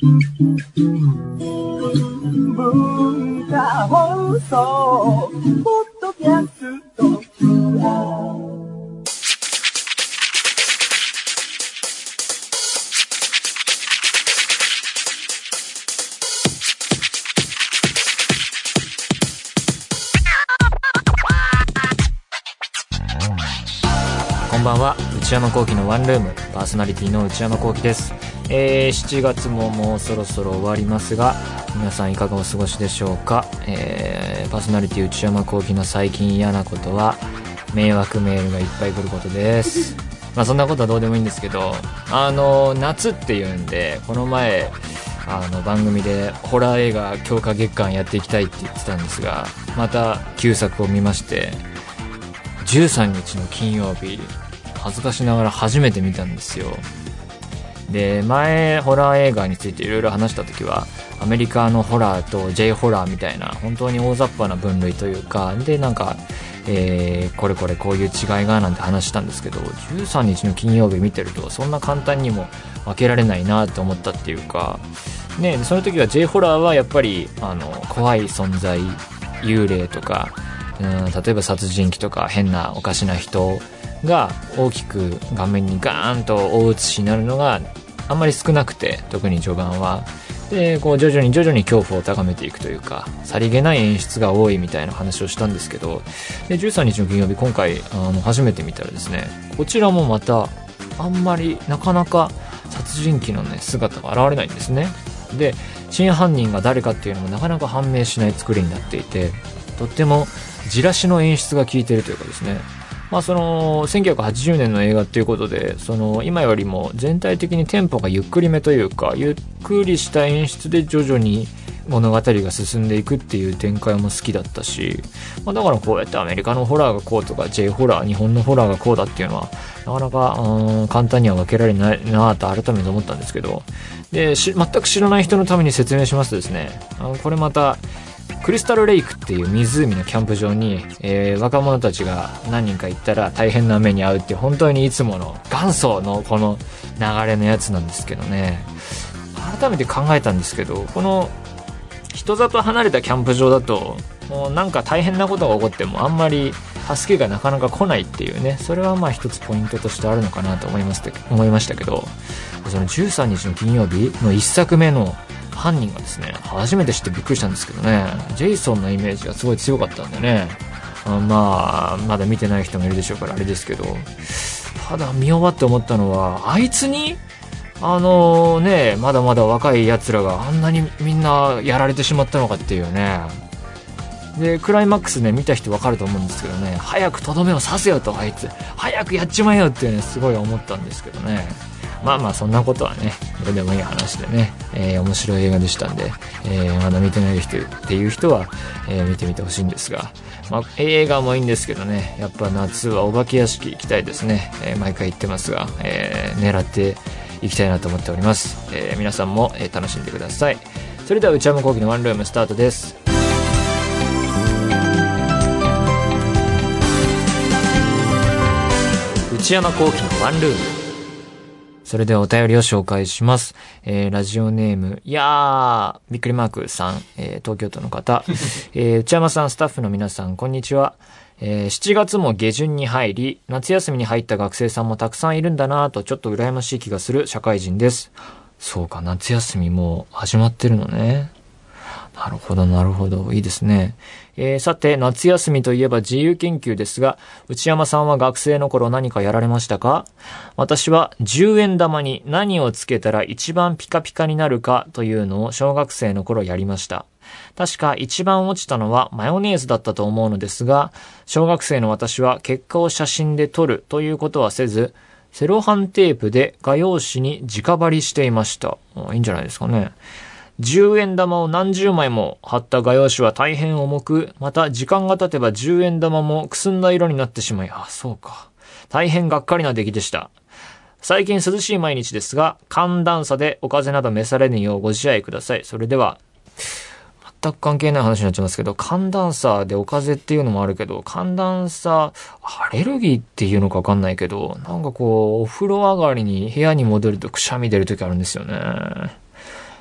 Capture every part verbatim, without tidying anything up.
文化放送ポッドキャストこんばんは。内山聖輝のワンルームパーソナリティの内山聖輝です。えー、しちがつももうそろそろ終わりますが、皆さんいかがお過ごしでしょうか。えー、パーソナリティ内山聖輝の最近嫌なことは迷惑メールがいっぱい来ることです。まあそんなことはどうでもいいんですけど、あの夏っていうんで、この前あの番組でホラー映画強化月間やっていきたいって言ってたんですが、また旧作を見まして、じゅうさんにちの金曜日、恥ずかしながら初めて見たんですよ。で、前ホラー映画についていろいろ話した時は、アメリカのホラーと J ホラーみたいな本当に大雑把な分類というかで、なんか、えー、これこれこういう違いがなんて話したんですけど、じゅうさんにちの金曜日見てるとそんな簡単にも分けられないなと思ったっていうかね。その時は J ホラーはやっぱりあの怖い存在、幽霊とか、うん、例えば殺人鬼とか変なおかしな人が大きく画面にガーンと大写しになるのがあんまり少なくて、特に序盤はでこう徐々に徐々に恐怖を高めていくというか、さりげない演出が多いみたいな話をしたんですけど、でじゅうさんにちの金曜日、今回あの初めて見たらですね、こちらもまたあんまりなかなか殺人鬼のね姿が現れないんですね。で真犯人が誰かっていうのもなかなか判明しない作りになっていて、とってもじらしの演出が効いているというかですね、まあ、そのせんきゅうひゃくはちじゅうねんの映画っていうことで、その今よりも全体的にテンポがゆっくりめというか、ゆっくりした演出で徐々に物語が進んでいくっていう展開も好きだったし、まあ、だからこうやってアメリカのホラーがこうとか J ホラー、日本のホラーがこうだっていうのはなかなかうん簡単には分けられないなと改めて思ったんですけど、でし全く知らない人のために説明しますとですね、あのこれまたクリスタルレイクっていう湖のキャンプ場に、えー、若者たちが何人か行ったら大変な目に遭うっていう、本当にいつもの元祖のこの流れのやつなんですけどね。改めて考えたんですけど、この人里離れたキャンプ場だともうなんか大変なことが起こってもあんまり助けがなかなか来ないっていうね、それはまあ一つポイントとしてあるのかなと思います思いましたけど、そのじゅうさんにちの金曜日のいっさくめの犯人がですね、初めて知ってびっくりしたんですけどね、ジェイソンのイメージがすごい強かったんでね、あまあまだ見てない人もいるでしょうからあれですけど、ただ見終わって思ったのは、あいつにあのねまだまだ若い奴らがあんなにみんなやられてしまったのかっていうね。でクライマックスね見た人分かると思うんですけどね、早くとどめを刺せよと、あいつ早くやっちまえよっていうねすごい思ったんですけどね。まあまあそんなことはねどうでもいい話でね、えー、面白い映画でしたんで、えー、まだ見てない人っていう人は、えー、見てみてほしいんですが、まあ、映画もいいんですけどね、やっぱ夏はお化け屋敷行きたいですね、えー、毎回言ってますが、えー、狙っていきたいなと思っております、えー、皆さんも、えー、楽しんでください。それでは内山聖輝のワンルームスタートです。内山聖輝のワンルーム。それではお便りを紹介します。えー、ラジオネーム、いやー、びっくりマークさん、えー、東京都の方、えー、内山さん、スタッフの皆さん、こんにちは。えー、しちがつも下旬に入り、夏休みに入った学生さんもたくさんいるんだなぁと、ちょっと羨ましい気がする社会人です。そうか、夏休みもう始まってるのね。なるほどなるほど、いいですね。えー、さて夏休みといえば自由研究ですが、内山さんは学生の頃何かやられましたか？私はじゅうえん玉に何をつけたら一番ピカピカになるかというのを小学生の頃やりました。確か一番落ちたのはマヨネーズだったと思うのですが、小学生の私は結果を写真で撮るということはせず、セロハンテープで画用紙に直貼りしていました。いいんじゃないですかね。じゅうえん玉を何十枚も貼った画用紙は大変重く、また時間が経てばじゅうえん玉もくすんだ色になってしまい、あ、そうか。大変がっかりな出来でした。最近涼しい毎日ですが、寒暖差でお風邪など召されぬようご自愛ください。それでは、全く関係ない話になっちゃいますけど、寒暖差でお風邪っていうのもあるけど、寒暖差、アレルギーっていうのかわかんないけど、なんかこう、お風呂上がりに部屋に戻るとくしゃみ出るときあるんですよね。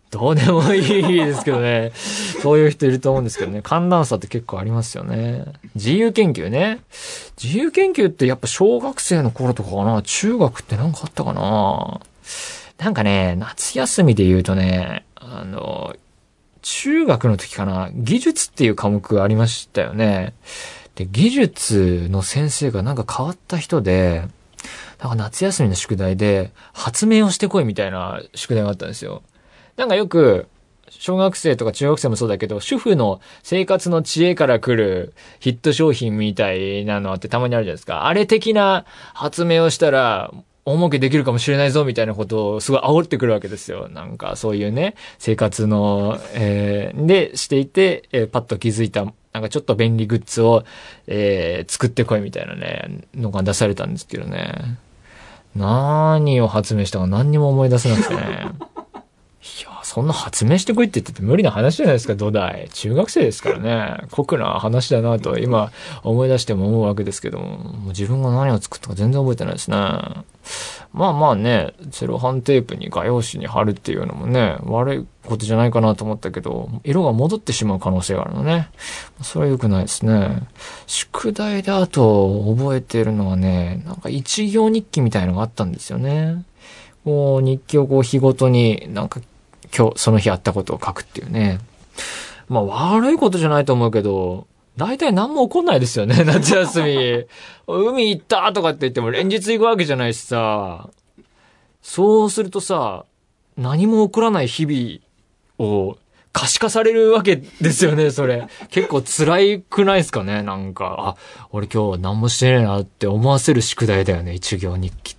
どうでもいいですけどね。そういう人いると思うんですけどね。寒暖差って結構ありますよね。自由研究ね。自由研究ってやっぱ小学生の頃とかかな。中学ってなんかあったかな。なんかね、夏休みで言うとね、あの、中学の時かな、技術っていう科目がありましたよね。で、技術の先生がなんか変わった人で、なんか夏休みの宿題で発明をしてこいみたいな宿題があったんですよ。なんかよく、小学生とか中学生もそうだけど、主婦の生活の知恵から来るヒット商品みたいなのってたまにあるじゃないですか。あれ的な発明をしたら、大儲けできるかもしれないぞみたいなことをすごい煽ってくるわけですよ。なんかそういうね、生活の、えー、でしていて、えー、パッと気づいた、なんかちょっと便利グッズを、えー、作ってこいみたいなね、のが出されたんですけどね。何を発明したか何にも思い出せなくてね。いや、そんな発明してこいって言ってて無理な話じゃないですか、土台。中学生ですからね。酷な話だなと今思い出しても思うわけですけども、もう自分が何を作ったか全然覚えてないですね。まあまあね、セロハンテープに画用紙に貼るっていうのもね、悪いことじゃないかなと思ったけど、色が戻ってしまう可能性があるのね。それは良くないですね。宿題であと覚えてるのはね、なんか一行日記みたいのがあったんですよね。こう日記をこう日ごとになんか今日その日あったことを書くっていうね。まあ悪いことじゃないと思うけど、大体何も起こんないですよね、夏休み。海行ったとかって言っても連日行くわけじゃないしさ。そうするとさ、何も起こらない日々を可視化されるわけですよね、それ。結構辛いくないですかね、なんか。あ、俺今日は何もしてねえなって思わせる宿題だよね、一行日記って。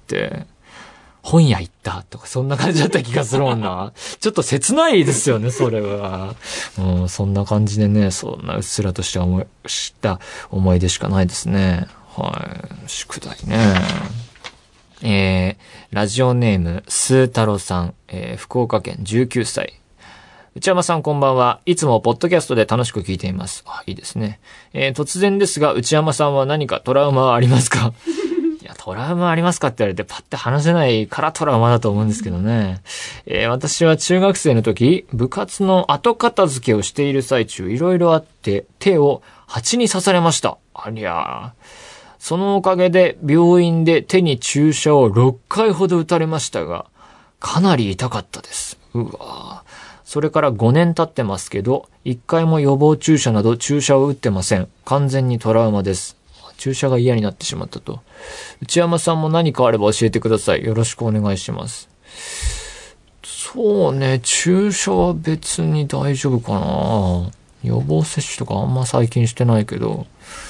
本屋行ったとか、そんな感じだった気がするもんな。ちょっと切ないですよね、それは。うん、そんな感じでね、そんなうっすらとした思い、した思い出しかないですね。はい。宿題ね。えー、ラジオネーム、スー太郎さん、えー、福岡県じゅうきゅうさい。内山さんこんばんは。いつもポッドキャストで楽しく聞いています。あ、いいですね。えー、突然ですが、内山さんは何かトラウマはありますか？トラウマありますかって言われてパッて話せないからトラウマだと思うんですけどね。えー、私は中学生の時、部活の後片付けをしている最中、いろいろあって手を蜂に刺されました。ありゃー。そのおかげで病院で手に注射をろっかいほど打たれましたが、かなり痛かったです。うわー。それからごねん経ってますけど、いっかいも予防注射など注射を打ってません。完全にトラウマです。注射が嫌になってしまったと。内山さんも何かあれば教えてください。よろしくお願いします。そうね、注射は別に大丈夫かな。予防接種とかあんま最近してないけど、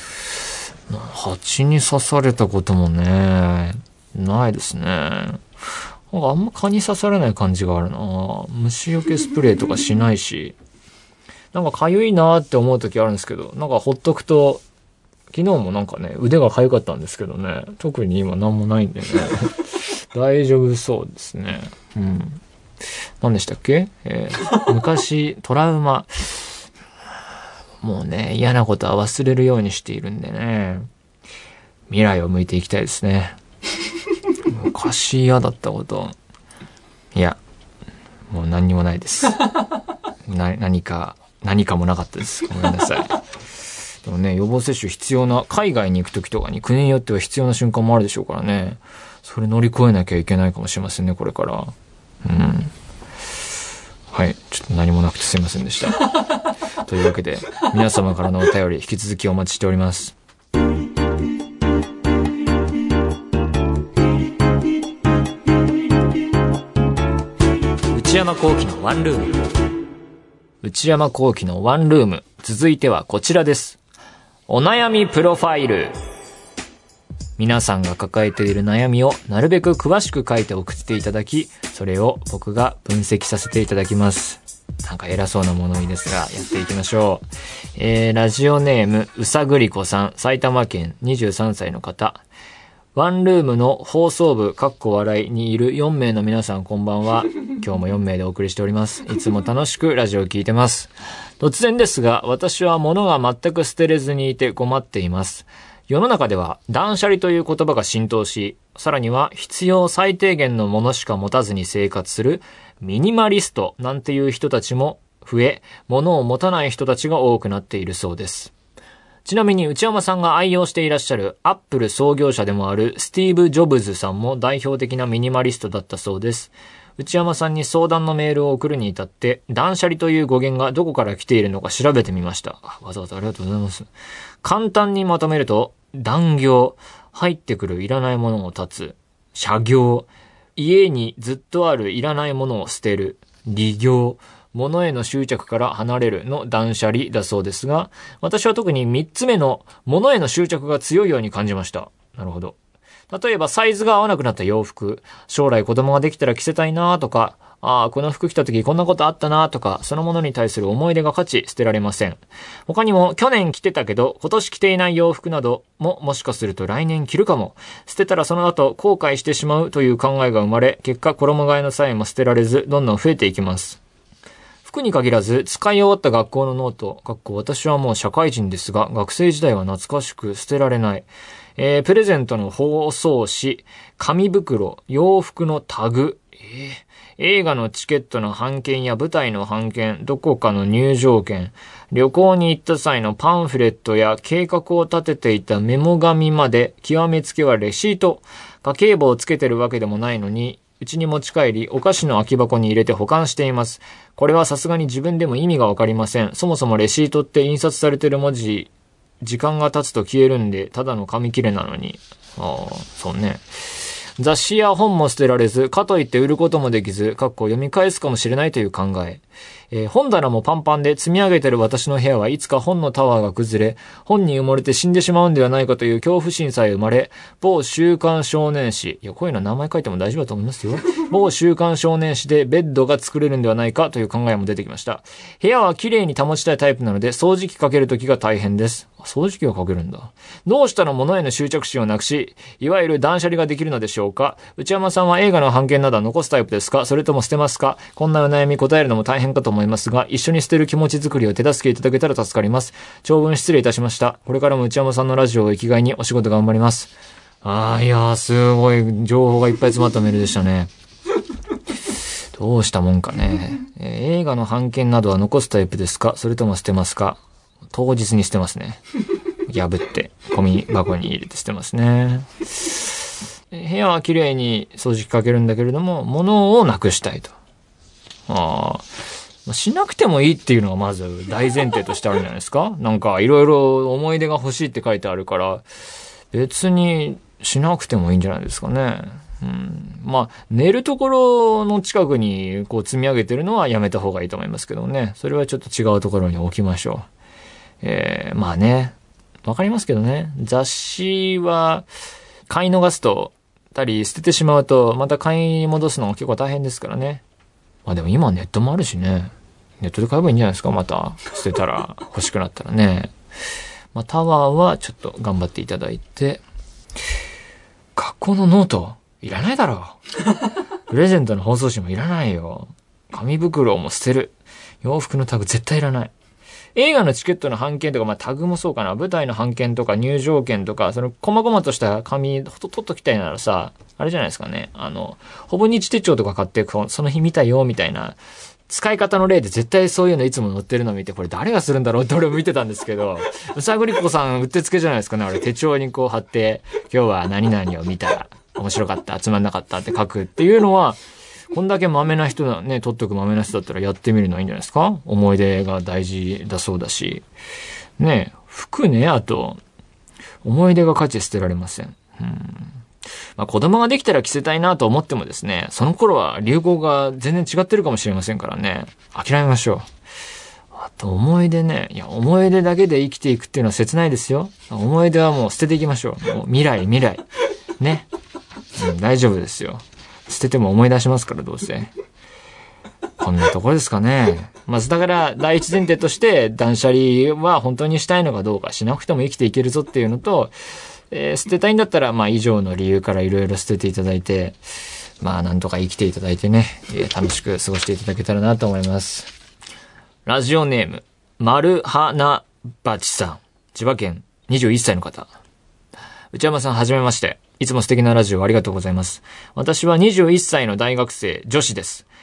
蜂に刺されたこともね、ないですね。なんかあんま蚊に刺されない感じがあるな。虫除けスプレーとかしないし、なんか痒いなって思う時あるんですけど、なんかほっとくと、昨日もなんかね、腕が痒かったんですけどね、特に今何もないんでね、大丈夫そうですね。うん。何でしたっけ？えー、昔、トラウマ。もうね、嫌なことは忘れるようにしているんでね、未来を向いていきたいですね。昔嫌だったこと。いや、もう何にもないです。な、何か、何かもなかったです。ごめんなさい。でもね、予防接種必要な、海外に行くときとかに国によっては必要な瞬間もあるでしょうからね。それ乗り越えなきゃいけないかもしれませんね、これから。うん。はい。ちょっと何もなくてすいませんでした。というわけで、皆様からのお便り、引き続きお待ちしております。内山聖輝のワンルーム。内山聖輝のワンルーム。続いてはこちらです。お悩みプロファイル。皆さんが抱えている悩みをなるべく詳しく書いて送っていただき、それを僕が分析させていただきます。なんか偉そうな物言いですが、やっていきましょう。えー、ラジオネームうさぐりこさん、埼玉県にじゅうさんさいの方。ワンルームの放送部かっこ笑いにいるよんめいの皆さんこんばんは。今日もよんめいでお送りしております。いつも楽しくラジオを聞いてます。突然ですが、私は物が全く捨てれずにいて困っています。世の中では断捨離という言葉が浸透し、さらには必要最低限のものしか持たずに生活するミニマリストなんていう人たちも増え、物を持たない人たちが多くなっているそうです。ちなみに内山さんが愛用していらっしゃるアップル創業者でもあるスティーブ・ジョブズさんも代表的なミニマリストだったそうです。内山さんに相談のメールを送るに至って、断捨離という語源がどこから来ているのか調べてみました。わざわざありがとうございます。簡単にまとめると、断業、入ってくるいらないものを断つ、捨業、家にずっとあるいらないものを捨てる、離業、物への執着から離れるの断捨離だそうですが、私は特にみっつめの物への執着が強いように感じました。なるほど。例えばサイズが合わなくなった洋服、将来子供ができたら着せたいなとか、ああ、この服着た時こんなことあったなとか、そのものに対する思い出が価値捨てられません。他にも去年着てたけど今年着ていない洋服などももしかすると来年着るかも。捨てたらその後後悔してしまうという考えが生まれ、結果衣替えの際も捨てられず、どんどん増えていきます。服に限らず、使い終わった学校のノート、かっこ私はもう社会人ですが、学生時代は懐かしく捨てられない。えー、プレゼントの包装紙、紙袋、洋服のタグ、えー、映画のチケットの半券や舞台の半券、どこかの入場券、旅行に行った際のパンフレットや計画を立てていたメモ紙まで、極めつけはレシート。家計簿をつけてるわけでもないのに、うちに持ち帰り、お菓子の空き箱に入れて保管しています。これはさすがに自分でも意味がわかりません。そもそもレシートって印刷されてる文字、時間が経つと消えるんで、ただの紙切れなのに。ああ、そうね。雑誌や本も捨てられず、かといって売ることもできず、かっこ読み返すかもしれないという考え。えー、本棚もパンパンで積み上げてる私の部屋はいつか本のタワーが崩れ、本に埋もれて死んでしまうんではないかという恐怖心さえ生まれ、某週刊少年誌、いや、こういうの名前書いても大丈夫だと思いますよ。某週刊少年誌でベッドが作れるんではないかという考えも出てきました。部屋は綺麗に保ちたいタイプなので、掃除機かけるときが大変です。掃除機をかけるんだ。どうしたら物への執着心をなくし、いわゆる断捨離ができるのでしょうか。内山さんは映画の半券などは残すタイプですか、それとも捨てますか。こんなお悩み答えるのも大変かと思いますが、一緒に捨てる気持ち作りを手助けいただけたら助かります。長文失礼いたしました。これからも内山さんのラジオを生きがいにお仕事頑張ります。あー、いやー、すごい情報がいっぱい詰まったメールでしたね。どうしたもんかね。えー、映画の半券などは残すタイプですか、それとも捨てますか。当日に捨てますね。破ってゴミ箱に入れて捨てますね。部屋は綺麗に掃除機かけるんだけれども、物をなくしたいと。ああ、しなくてもいいっていうのがまず大前提としてあるんじゃないですか。なんかいろいろ思い出が欲しいって書いてあるから、別にしなくてもいいんじゃないですかね。うん、まあ寝るところの近くにこう積み上げてるのはやめた方がいいと思いますけどね。それはちょっと違うところに置きましょう。えー、まあね、わかりますけどね。雑誌は買い逃すとたり捨ててしまうとまた買い戻すのが結構大変ですからね。まあでも今ネットもあるしね。ネットで買えばいいんじゃないですか。また捨てたら欲しくなったらね。まあタワーはちょっと頑張っていただいて。学校のノートいらないだろう。プレゼントの包装紙もいらないよ。紙袋も捨てる。洋服のタグ絶対いらない。映画のチケットの半券とか、まあ、タグもそうかな。舞台の半券とか入場券とか、その、細々とした紙、ほと取っときたいならさ、あれじゃないですかね。あの、ほぼ日手帳とか買って、その日見たよ、みたいな、使い方の例で絶対そういうのいつも載ってるの見て、これ誰がするんだろうって俺も見てたんですけど、うさぐりっこさんうってつけじゃないですかね。あれ手帳にこう貼って、今日は何々を見た。面白かった。つまんなかったって書くっていうのは、こんだけ豆な人だね、取っとく豆な人だったらやってみるのはいいんじゃないですか。思い出が大事だそうだし。ね、服ね、あと、思い出が価値捨てられません。うん、まあ、子供ができたら着せたいなと思ってもですね、その頃は流行が全然違ってるかもしれませんからね、諦めましょう。あと思い出ね、いや、思い出だけで生きていくっていうのは切ないですよ。思い出はもう捨てていきましょう。もう未来、未来。ね、うん。大丈夫ですよ。捨てても思い出しますから、どうせ。こんなところですかね。まずだから第一前提として断捨離は本当にしたいのかどうか、しなくても生きていけるぞっていうのと、えー、捨てたいんだったらまあ以上の理由からいろいろ捨てていただいて、まあなんとか生きていただいてね、えー、楽しく過ごしていただけたらなと思います。ラジオネーム丸花バチさん、千葉県にじゅういっさいの方。内山さん、はじめまして。いつも素敵なラジオありがとうございます。私はにじゅういっさいの大学生女子です。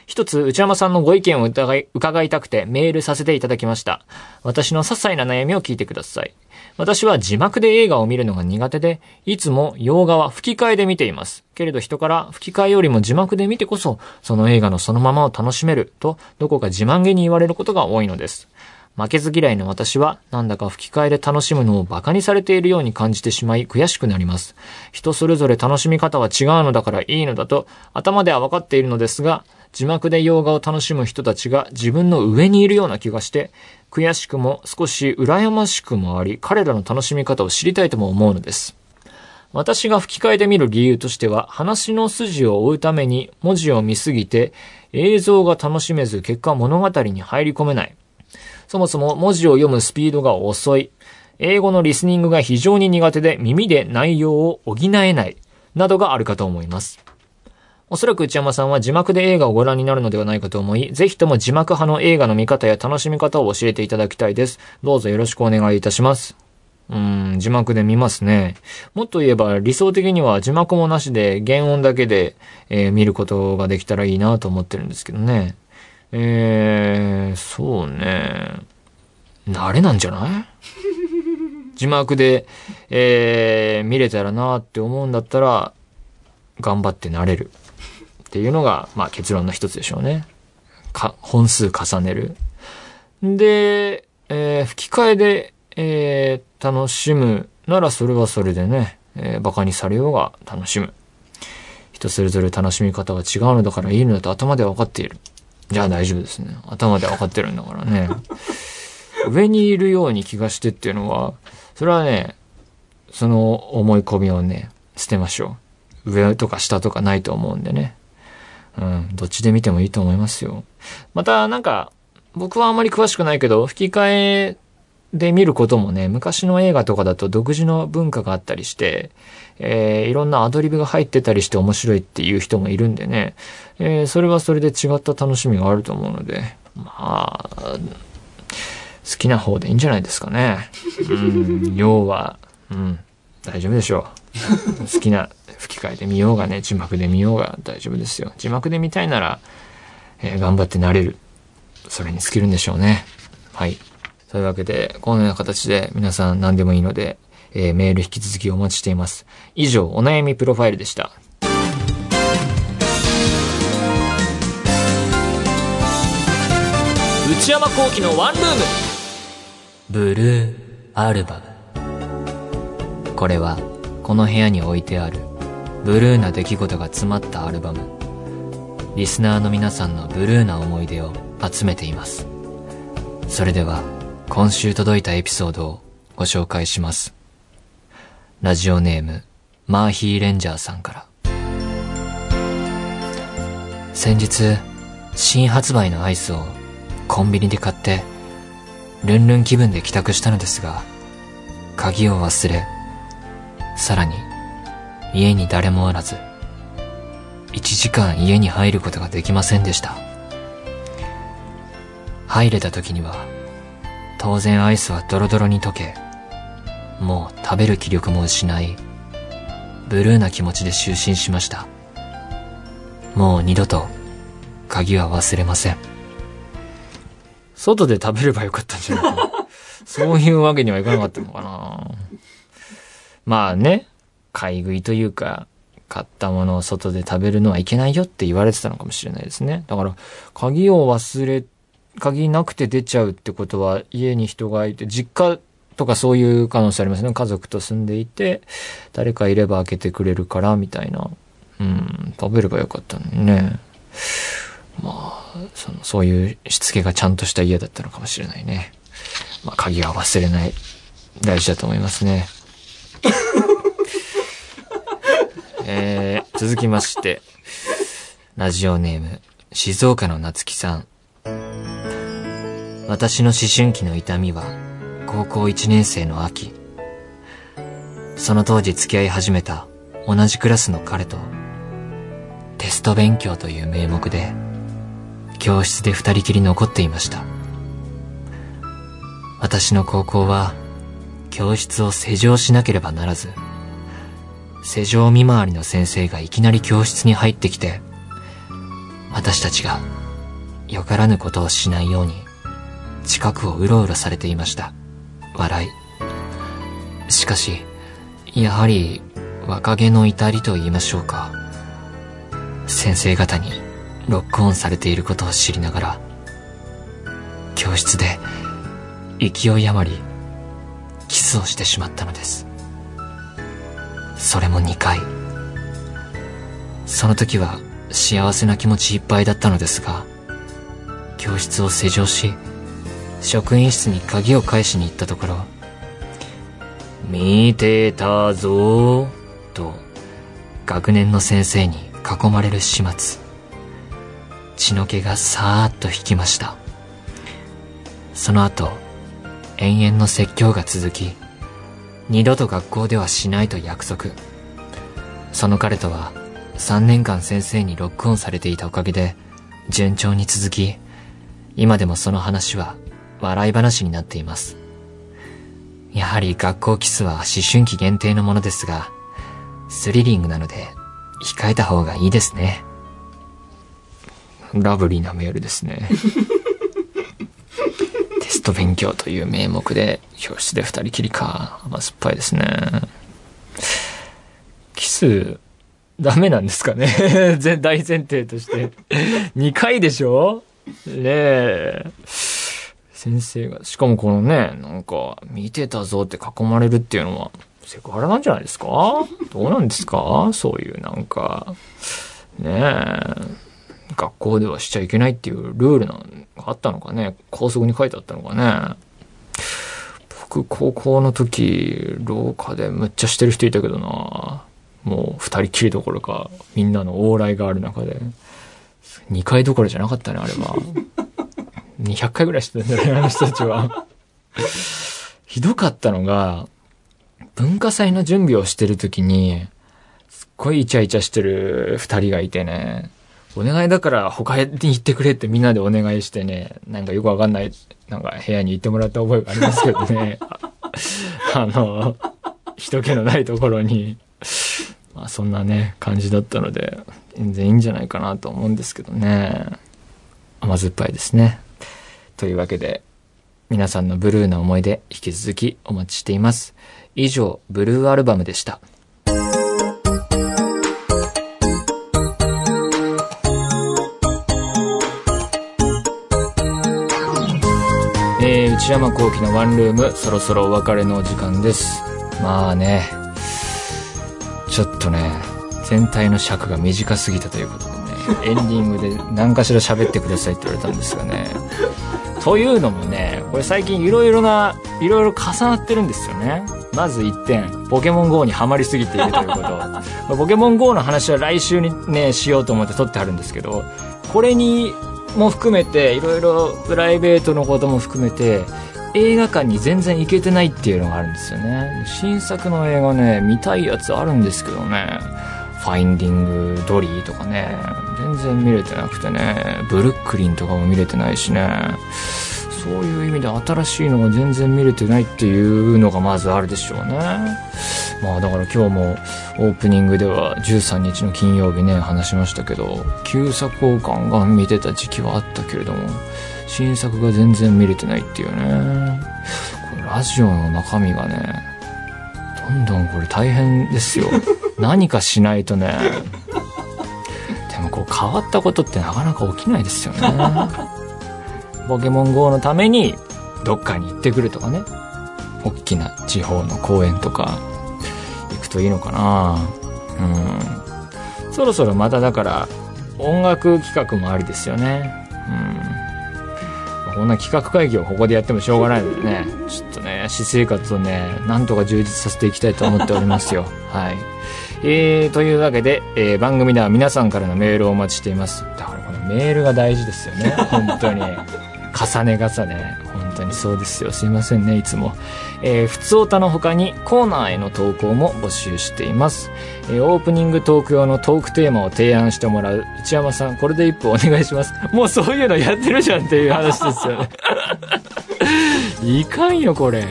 一つ内山さんのご意見を伺い、伺いたくてメールさせていただきました。私の些細な悩みを聞いてください。私は字幕で映画を見るのが苦手で、いつも洋画は吹き替えで見ています。けれど人から吹き替えよりも字幕で見てこそ、その映画のそのままを楽しめると、どこか自慢げに言われることが多いのです。負けず嫌いの私は、なんだか吹き替えで楽しむのを馬鹿にされているように感じてしまい悔しくなります。人それぞれ楽しみ方は違うのだからいいのだと頭では分かっているのですが、字幕で洋画を楽しむ人たちが自分の上にいるような気がして、悔しくも少し羨ましくもあり、彼らの楽しみ方を知りたいとも思うのです。私が吹き替えで見る理由としては、話の筋を追うために文字を見すぎて映像が楽しめず、結果物語に入り込めない。そもそも文字を読むスピードが遅い。英語のリスニングが非常に苦手で耳で内容を補えない。などがあるかと思います。おそらく内山さんは字幕で映画をご覧になるのではないかと思い、ぜひとも字幕派の映画の見方や楽しみ方を教えていただきたいです。どうぞよろしくお願いいたします。うーん、字幕で見ますね。もっと言えば理想的には字幕もなしで原音だけで、えー、見ることができたらいいなと思ってるんですけどね。えー、そうね。慣れなんじゃない？字幕で、えー、見れたらなって思うんだったら、頑張って慣れる。っていうのが、まあ結論の一つでしょうね。か、本数重ねる。で、えー、吹き替えで、えー、楽しむならそれはそれでね、えー、バカにされようが楽しむ。人それぞれ楽しみ方が違うのだからいいのだと頭では分かっている。じゃあ大丈夫ですね。頭で分かってるんだからね。上にいるように気がしてっていうのは、それはね、その思い込みをね、捨てましょう。上とか下とかないと思うんでね。うん、どっちで見てもいいと思いますよ。またなんか、僕はあまり詳しくないけど、吹き替えで見ることもね、昔の映画とかだと独自の文化があったりして、えー、いろんなアドリブが入ってたりして面白いっていう人もいるんでね、えー、それはそれで違った楽しみがあると思うので、まあ、好きな方でいいんじゃないですかね。うん、要は、うん、大丈夫でしょう。好きな吹き替えで見ようがね、字幕で見ようが大丈夫ですよ。字幕で見たいなら、えー、頑張って慣れる。それに尽きるんでしょうね。はい。そういうわけで、このような形で皆さん何でもいいので、えー、メール引き続きお待ちしています。以上、お悩みプロファイルでした。内山聖輝のワンルームブルーアルバム。これはこの部屋に置いてあるブルーな出来事が詰まったアルバム。リスナーの皆さんのブルーな思い出を集めています。それでは今週届いたエピソードをご紹介します。ラジオネームマーヒーレンジャーさんから。先日新発売のアイスをコンビニで買ってルンルン気分で帰宅したのですが、鍵を忘れ、さらに家に誰もおらずいちじかん家に入ることができませんでした。入れた時には当然アイスはドロドロに溶け、もう食べる気力も失い、ブルーな気持ちで就寝しました。もう二度と鍵は忘れません。外で食べればよかったんじゃないかな。そういうわけにはいかなかったのかな。まあね、買い食いというか、買ったものを外で食べるのはいけないよって言われてたのかもしれないですね。だから鍵を忘れ鍵なくて出ちゃうってことは、家に人がいて、実家とかそういう可能性ありますね。家族と住んでいて、誰かいれば開けてくれるから、みたいな。うん、食べればよかったのにね。まあ、その、そういうしつけがちゃんとした家だったのかもしれないね。まあ、鍵は忘れない。大事だと思いますね。えー、続きまして、ラジオネーム、静岡の夏木さん。私の思春期の痛みは高校いちねん生の秋。その当時付き合い始めた同じクラスの彼とテスト勉強という名目で教室で二人きり残っていました。私の高校は教室を施錠しなければならず、施錠見回りの先生がいきなり教室に入ってきて、 私たちがよからぬことをしないように近くをうろうろされていました。笑い。しかしやはり若気の至りと言いましょうか、先生方にロックオンされていることを知りながら教室で勢い余りキスをしてしまったのです。それもにかい。その時は幸せな気持ちいっぱいだったのですが、教室を施錠し職員室に鍵を返しに行ったところ、見てたぞーと学年の先生に囲まれる始末。血の気がさーっと引きました。その後延々の説教が続き、二度と学校ではしないと約束。その彼とはさんねんかん先生にロックオンされていたおかげで順調に続き、今でもその話は笑い話になっています。やはり学校キスは思春期限定のものですが、スリリングなので控えた方がいいですね。ラブリーなメールですね。テスト勉強という名目で教室で二人きりか。甘酸っぱいですね。キスダメなんですかね。大前提としてにかいでしょねえ。先生がしかもこのね、なんか見てたぞって囲まれるっていうのはセクハラなんじゃないですか。どうなんですか、そういうなんかねえ、学校ではしちゃいけないっていうルールがあったのかね、校則に書いてあったのかね。僕高校の時廊下でむっちゃしてる人いたけどな。もう二人きりどころかみんなの往来がある中でにかいどころじゃなかったね、あれは。にひゃっかいぐらいしてたんじゃない、あの人たちは。ひどかったのが、文化祭の準備をしてる時にすっごいイチャイチャしてる二人がいてね、お願いだから他に行ってくれってみんなでお願いしてね、なんかよくわかんないなんか部屋に行ってもらった覚えがありますけどね。あの人気のないところに、まあそんなね感じだったので全然いいんじゃないかなと思うんですけどね。甘酸っぱいですね。というわけで皆さんのブルーな思い出引き続きお待ちしています。以上ブルーアルバムでした。えー、内山聖輝のワンルーム、そろそろお別れのお時間です。まあね、ちょっとね全体の尺が短すぎたということでね、エンディングで何かしら喋ってくださいって言われたんですがね。というのもね、これ最近いろいろないろいろ重なってるんですよね。まず一点、ポケモン ゴー にハマりすぎているということ。ポケモン ゴー の話は来週にねしようと思って撮ってあるんですけど、これにも含めていろいろプライベートのことも含めて映画館に全然行けてないっていうのがあるんですよね。新作の映画ね見たいやつあるんですけどね、ファインディングドリーとかね全然見れてなくてね、ブルックリンとかも見れてないしね、そういう意味で新しいのが全然見れてないっていうのがまずあるでしょうね。まあだから今日もオープニングではじゅうさんにちの金曜日ね話しましたけど、旧作をガンガン見てた時期はあったけれども新作が全然見れてないっていうね。これラジオの中身がねどんどんこれ大変ですよ。何かしないとね。でもこう変わったことってなかなか起きないですよね。ポケモン ゴー のためにどっかに行ってくるとかね、大きな地方の公園とか行くといいのかな。うん、そろそろまただから音楽企画もありですよね。うん、こんな企画会議をここでやってもしょうがないのでね、ちょっとね私生活をねなんとか充実させていきたいと思っておりますよ。はい、えー、というわけで、えー、番組では皆さんからのメールをお待ちしています。だからこのメールが大事ですよね。本当に重ね重ね本当にそうですよ。すいませんねいつも。えー、ふつおたの他にコーナーへの投稿も募集しています。えー、オープニングトーク用のトークテーマを提案してもらう内山さん、これで一歩お願いします。もうそういうのやってるじゃんっていう話ですよね。いかんよこれ。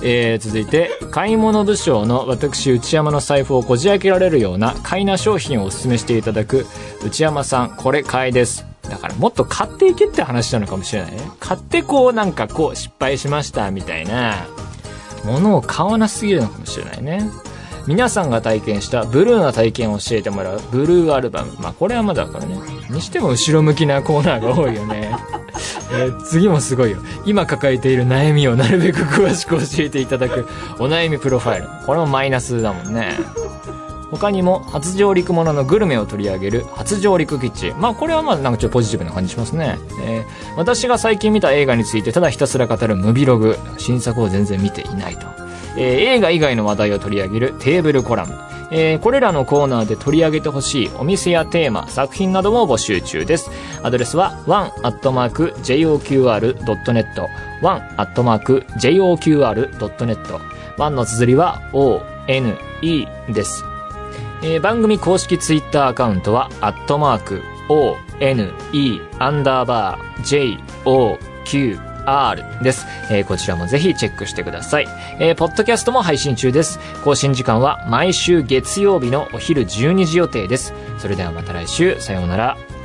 えー、続いて買い物不詳の私内山の財布をこじ開けられるような買いな商品をお勧めしていただく内山さん、これ買いです。だからもっと買っていけって話なのかもしれないね。買ってこうなんかこう失敗しましたみたいなものを買わなすぎるのかもしれないね。皆さんが体験したブルーな体験を教えてもらうブルーアルバム。まあこれはまだだからね。にしても後ろ向きなコーナーが多いよね。えー、次もすごいよ。今抱えている悩みをなるべく詳しく教えていただくお悩みプロファイル。これもマイナスだもんね。他にも初上陸もののグルメを取り上げる初上陸キッチン。まあこれはまあなんかちょっとポジティブな感じしますね。えー、私が最近見た映画についてただひたすら語るムビログ。新作を全然見ていないと。えー、映画以外の話題を取り上げるテーブルコラム。えー、これらのコーナーで取り上げてほしいお店やテーマ、作品なども募集中です。アドレスは ワンアットマークジェイオーキューアールドットネット ワンアットマークジェイオーキューアールドットネット ワンの綴りは オーエヌイー です。えー、番組公式ツイッターアカウントはアットマーク オーエヌイー アンダーバー ジェイオーキューアール です。えー、こちらもぜひチェックしてください。えー、ポッドキャストも配信中です。更新時間は毎週月曜日のお昼じゅうにじ予定です。それではまた来週、さようなら。